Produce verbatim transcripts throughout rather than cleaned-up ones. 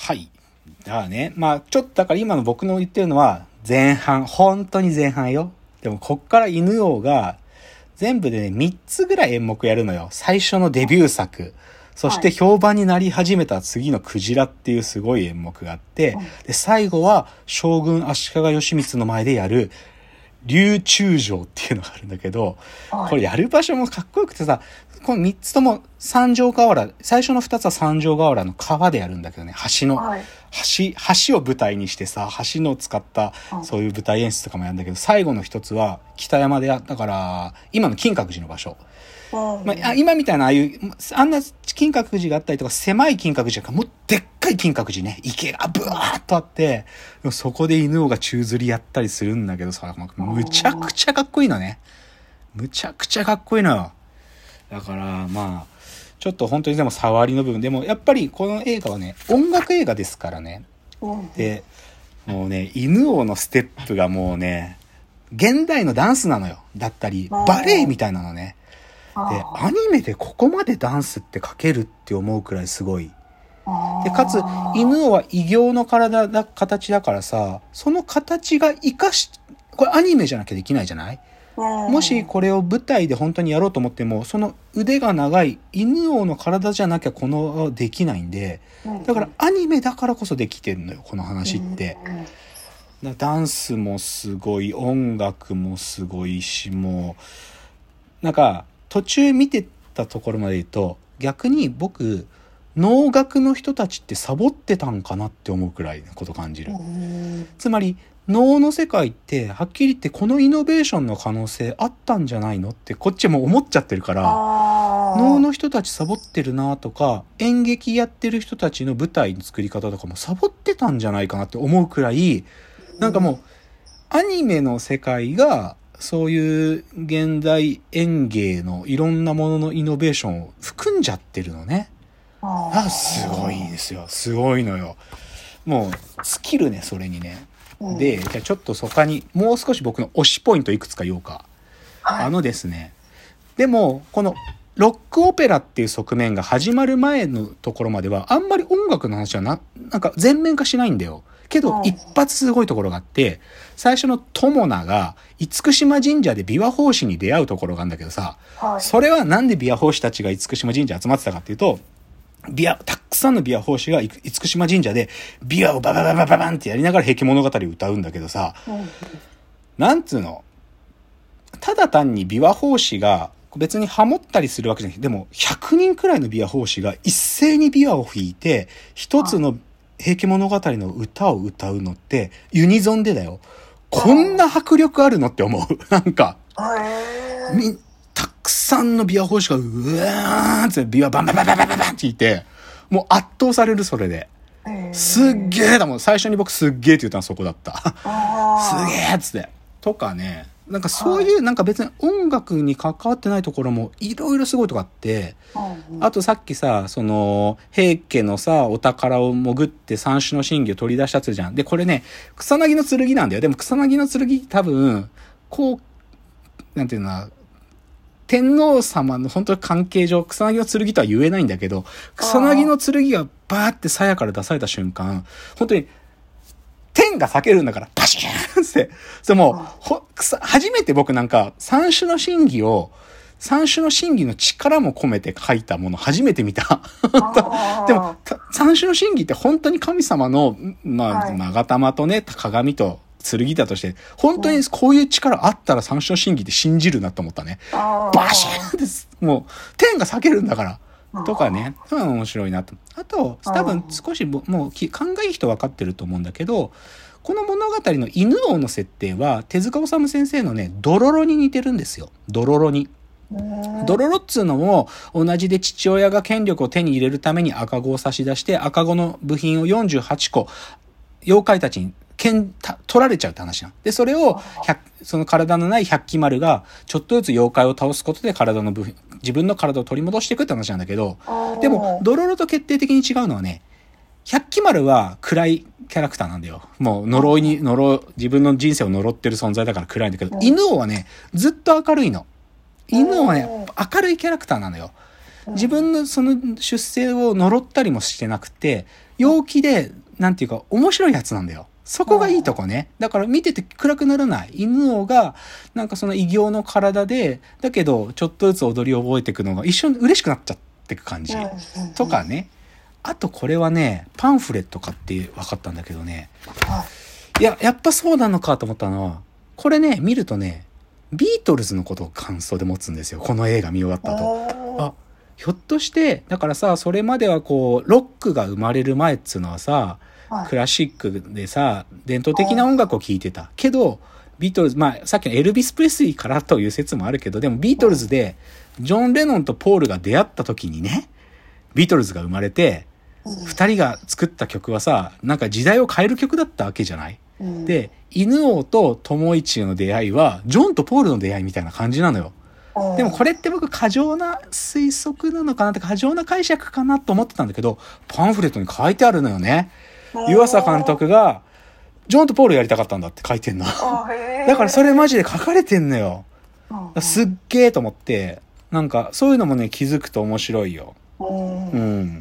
はい。だからね、まあちょっとだから今の僕の言ってるのは前半、本当に前半よ。でもこっから犬王が全部でねみっつぐらい演目やるのよ。最初のデビュー作、そして評判になり始めた次のクジラっていうすごい演目があって、で最後は将軍足利義満の前でやる竜中城っていうのがあるんだけど、これやる場所もかっこよくてさ、このみっつとも三条河原、最初のふたつは三条河原の川でやるんだけどね、橋の、はい、橋、橋を舞台にしてさ、橋の使ったそういう舞台演出とかもやるんだけど、最後の一つは北山でや、だから今の金閣寺の場所。まあ、今みたいなああいうあんな金閣寺があったりとか狭い金閣寺がもうでっかい金閣寺ね、池がブワーッとあって、そこで犬王が宙吊りやったりするんだけどさ、むちゃくちゃかっこいいのね。むちゃくちゃかっこいいのよ。だからまあちょっと本当にでも触りの部分でもやっぱりこの映画はね音楽映画ですからね。でもうね犬王のステップがもうね現代のダンスなのよ。だったりバレエみたいなのね。でアニメでここまでダンスって描けるって思うくらいすごい。でかつ犬王は異形の体だ形だからさ、その形が生かしこれアニメじゃなきゃできないじゃない。もしこれを舞台で本当にやろうと思ってもその腕が長い犬王の体じゃなきゃこのできないんで、だからアニメだからこそできてるのよこの話って。だダンスもすごい、音楽もすごいし、もうなんか途中見てたところまで言うと逆に僕能楽の人たちってサボってたんかなって思うくらいのこと感じる。つまり能の世界ってはっきり言ってこのイノベーションの可能性あったんじゃないのってこっちも思っちゃってるから、能の人たちサボってるなとか演劇やってる人たちの舞台の作り方とかもサボってたんじゃないかなって思うくらい、なんかもうアニメの世界がそういう現代演芸のいろんなもののイノベーションを含んじゃってるのね。あ、すごいですよ。すごいのよ。もう尽きるね、それにね。で、じゃあちょっと他にもう少し僕の推しポイントいくつか言おうか。はい、あのですね。でも、このロックオペラっていう側面が始まる前のところまではあんまり音楽の話はな、なんか全面化しないんだよ。けど、一発すごいところがあって、最初の友名が、厳島神社で琵琶法師に出会うところがあるんだけどさ、はい、それはなんで琵琶法師たちが厳島神社集まってたかっていうと、琵琶、たくさんの琵琶法師が厳島神社で、琵琶をババババババンってやりながら平家物語を歌うんだけどさ、うん、なんつうの、ただ単に琵琶法師が別にハモったりするわけじゃなくて、でもひゃくにんくらいの琵琶法師が一斉に琵琶を弾いて、一つの平家物語の歌を歌うのってユニゾンでだよ。こんな迫力あるのって思う。なんかみたくさんの琵琶法師がうわーって琵琶バンバンバンバンバンバンって弾いて、もう圧倒される。それですっげーだもん。最初に僕すっげーって言ったのそこだった。すげーっつってとかね。なんかそういうなんか別に音楽に関わってないところもいろいろすごいとこあって、あとさっきさその平家のさお宝を潜って三種の神器を取り出したつじゃん。でこれね草薙の剣なんだよ。でも草薙の剣多分こうなんていうのな、天皇様の本当に関係上草薙の剣とは言えないんだけど、草薙の剣がバーって鞘から出された瞬間本当に天が裂けるんだからパシーンって。それもうほ初めて僕なんか三種の神器を三種の神器の力も込めて書いたもの初めて見た。でも三種の神器って本当に神様のまあ勾玉とね鏡と剣だとして本当にこういう力あったら三種の神器って信じるなと思ったね。バシーンです。もう天が裂けるんだから。とかね、そういうの面白いなと。あと多分少しもう勘がいい人分かってると思うんだけど、この物語の犬王の設定は手塚治虫先生のねドロロに似てるんですよ。ドロロに。ドロロっつうのも同じで父親が権力を手に入れるために赤子を差し出して赤子の部品をよんじゅうはちこ妖怪たちに剣取られちゃうって話なの。でそれをその体のない百鬼丸がちょっとずつ妖怪を倒すことで体の部品自分の体を取り戻していくって話なんだけど、でもドロロと決定的に違うのはね、百鬼丸は暗いキャラクターなんだよ。もう呪いに呪自分の人生を呪ってる存在だから暗いんだけど、犬王はねずっと明るいの。犬王はね明るいキャラクターなのよ。自分のその出生を呪ったりもしてなくて、 陽気で、なんていうか、面白いやつなんだよ。そこがいいとこね。だから見てて暗くならない。犬王が、なんかその異形の体で、だけど、ちょっとずつ踊りを覚えていくのが一瞬嬉しくなっちゃっていく感じ。とかね。あとこれはね、パンフレット買って分かったんだけどね。いや、やっぱそうなのかと思ったのは、これね、見るとね、ビートルズのことを感想で持つんですよ。この映画見終わった後。あ、ひょっとして、だからさ、それまではこう、ロックが生まれる前っつうのはさ、クラシックでさ、伝統的な音楽を聴いてた。けど、ビートルズ、まあ、さっきのエルビス・プレスリーからという説もあるけど、でもビートルズで、ジョン・レノンとポールが出会った時にね、ビートルズが生まれて、二人が作った曲はさ、なんか時代を変える曲だったわけじゃない？で、犬王と友一の出会いは、ジョンとポールの出会いみたいな感じなのよ。でもこれって僕過剰な推測なのかなって過剰な解釈かなと思ってたんだけど、パンフレットに書いてあるのよね。湯浅監督がジョンとポールやりたかったんだって書いてんの。だからそれマジで書かれてんのよ。すっげーと思って、なんかそういうのもね気づくと面白いよ。うん。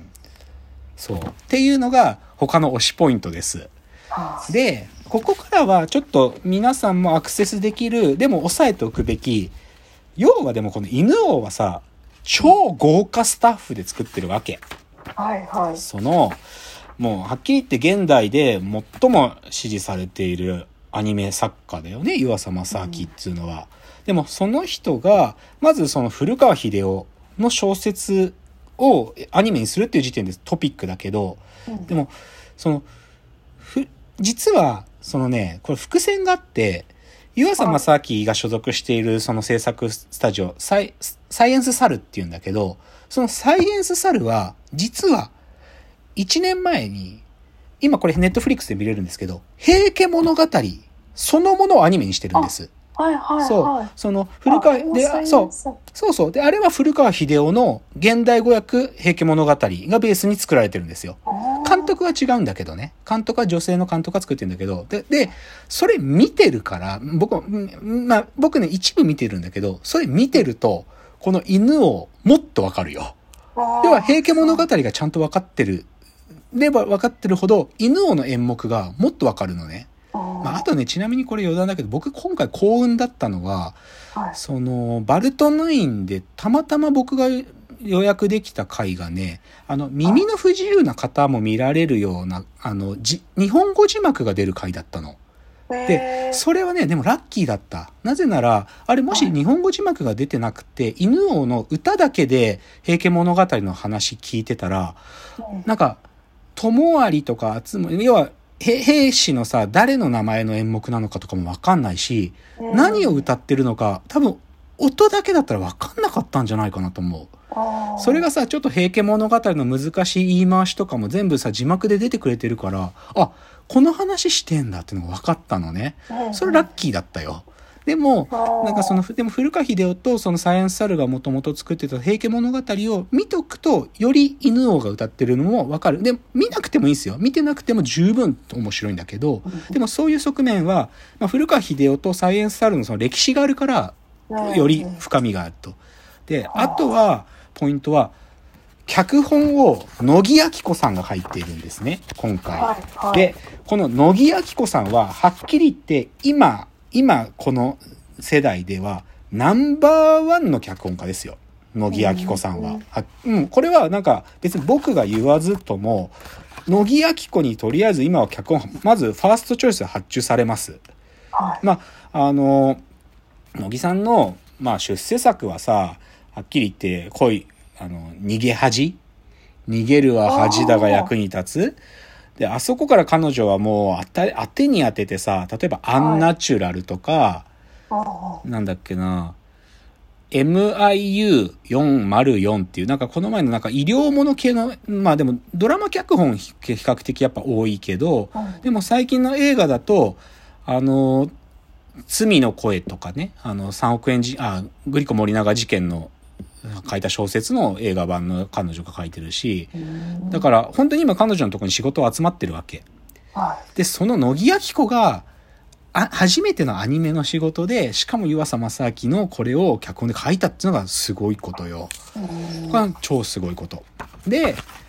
そう。っていうのが他の推しポイントです。で、ここからはちょっと皆さんもアクセスできる、でも押さえておくべき、要はでもこの犬王はさ、超豪華スタッフで作ってるわけ。 はいはい。 その、もうはっきり言って現代で最も支持されているアニメ作家だよね、湯浅正明っていうのは。うん、でもその人が、まずその古川秀夫の小説をアニメにするっていう時点でトピックだけど、うん、でも、その、ふ、実は、そのね、これ伏線があって、湯浅正明が所属しているその制作スタジオ、サイ、サイエンスサルっていうんだけど、そのサイエンスサルは、実はいちねんまえに、今これネットフリックスで見れるんですけど、平家物語そのものをアニメにしてるんです。 はいはいはい。 そう。その古川、で、そう。そうそう。で、あれは古川秀夫の現代語訳平家物語がベースに作られてるんですよ。監督は違うんだけどね。監督は女性の監督が作ってるんだけど。で、で、それ見てるから、僕、まあ、僕ね、一部見てるんだけど、それ見てると、この犬をもっとわかるよ。要は平家物語がちゃんとわかってる。で、わかってるほど、犬王の演目がもっとわかるのね。まあ、あとね、ちなみにこれ余談だけど、僕今回幸運だったのは、はい、その、バルトナインでたまたま僕が予約できた回がね、あの、耳の不自由な方も見られるような、あの、じ、日本語字幕が出る回だったの。で、それはね、でもラッキーだった。なぜなら、あれもし日本語字幕が出てなくて、犬王の歌だけで平家物語の話聞いてたら、なんか、友有とか集む、要は、兵士のさ、誰の名前の演目なのかとかもわかんないし、何を歌ってるのか、多分、音だけだったらわかんなかったんじゃないかなと思う。それがさ、ちょっと平家物語の難しい言い回しとかも全部さ、字幕で出てくれてるから、あ、この話してんだっていうのが分かったのね。それラッキーだったよ。でも、なんかその、でも古川秀夫とそのサイエンスサルがもともと作ってた平家物語を見とくと、より犬王が歌ってるのもわかる。で、見なくてもいいですよ。見てなくても十分面白いんだけど、でもそういう側面は、まあ、古川秀夫とサイエンスサルのその歴史があるから、より深みがあると。で、あとは、ポイントは、脚本を乃木明子さんが書いているんですね、今回。はいはい、で、この乃木明子さんは、はっきり言って、今、今、この世代では、ナンバーワンの脚本家ですよ。乃木明子さんは。うんはうん、これはなんか、別に僕が言わずとも、乃木明子にとりあえず今は脚本、まずファーストチョイスで発注されます。はい、まあ、あの、乃木さんの、まあ、出世作はさ、はっきり言って、恋、あの、逃げ恥逃げるは恥だが役に立つで、あそこから彼女はもう当た、当てに当ててさ、例えばアンナチュラルとか、はい、なんだっけな、エムアイユーよんまるよん っていう、なんかこの前のなんか医療もの系の、まあでもドラマ脚本比較的やっぱ多いけど、はい、でも最近の映画だと、あの、罪の声とかね、あのさんおくえんじ、あ、グリコ森永事件の書いた小説の映画版の彼女が書いてるし、だから本当に今彼女のところに仕事集まってるわけ。で、その乃木明子があ初めてのアニメの仕事で、しかも湯浅正明のこれを脚本で書いたっていうのがすごいことよ。これは超すごいこと。で、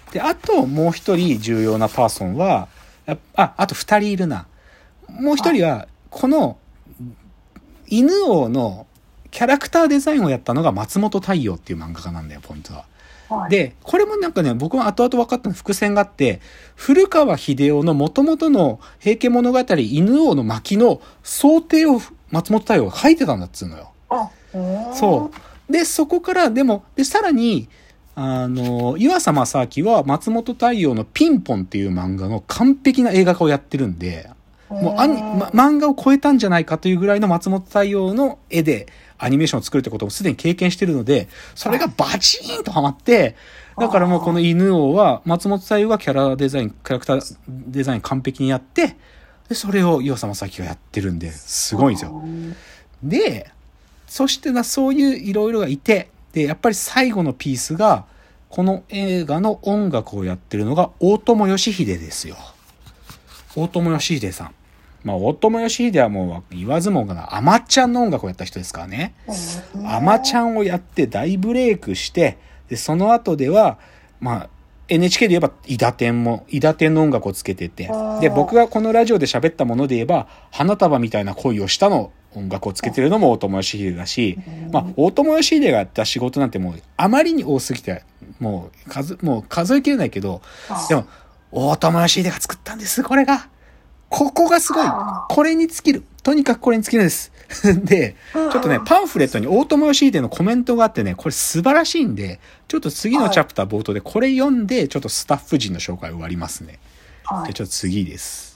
で、あともう一人重要なパーソンは、あ、あと二人いるな。もう一人は、この、犬王のキャラクターデザインをやったのが松本太陽っていう漫画家なんだよ、ポイントは。はい、で、これもなんかね、僕は後々分かったの伏線があって、古川秀夫の元々の平家物語犬王の巻の想定を松本太陽が書いてたんだっつうのよ。 あ、 そう。で、そこから、でも、で、さらに、あの、湯浅正明は松本太陽のピンポンっていう漫画の完璧な映画化をやってるんで、もうアニ、ま、漫画を超えたんじゃないかというぐらいの松本太陽の絵でアニメーションを作るってこともすでに経験してるので、それがバチーンとハマって、だからもうこの犬王は松本太陽がキャラデザイン、キャラクターデザイン完璧にやって、で、それを湯浅正明がやってるんで、すごいんですよ。で、そしてな、そういういろいろがいて、で、やっぱり最後のピースが、この映画の音楽をやってるのが大友義秀ですよ。大友義秀さん。まあ、大友義秀はもう言わずもがな、アマちゃんの音楽をやった人ですからね。アマちゃんをやって大ブレイクして、で、その後では、まあ、エヌエイチケー で言えば、伊達天も、伊達天の音楽をつけてて、で、僕がこのラジオで喋ったもので言えば、花束みたいな恋をしたの音楽をつけてるのも大友義秀だし、まあ、大友義秀がやった仕事なんてもう、あまりに多すぎて、もう、数、もう数えきれないけど、でも、大友義秀が作ったんです、これが。ここがすごい。これに尽きる。とにかくこれに尽きるんです。で、ちょっとね、パンフレットに大友義秀のコメントがあってね、これ素晴らしいんで、ちょっと次のチャプター冒頭でこれ読んで、ちょっとスタッフ陣の紹介終わりますね。じゃあちょっと次です。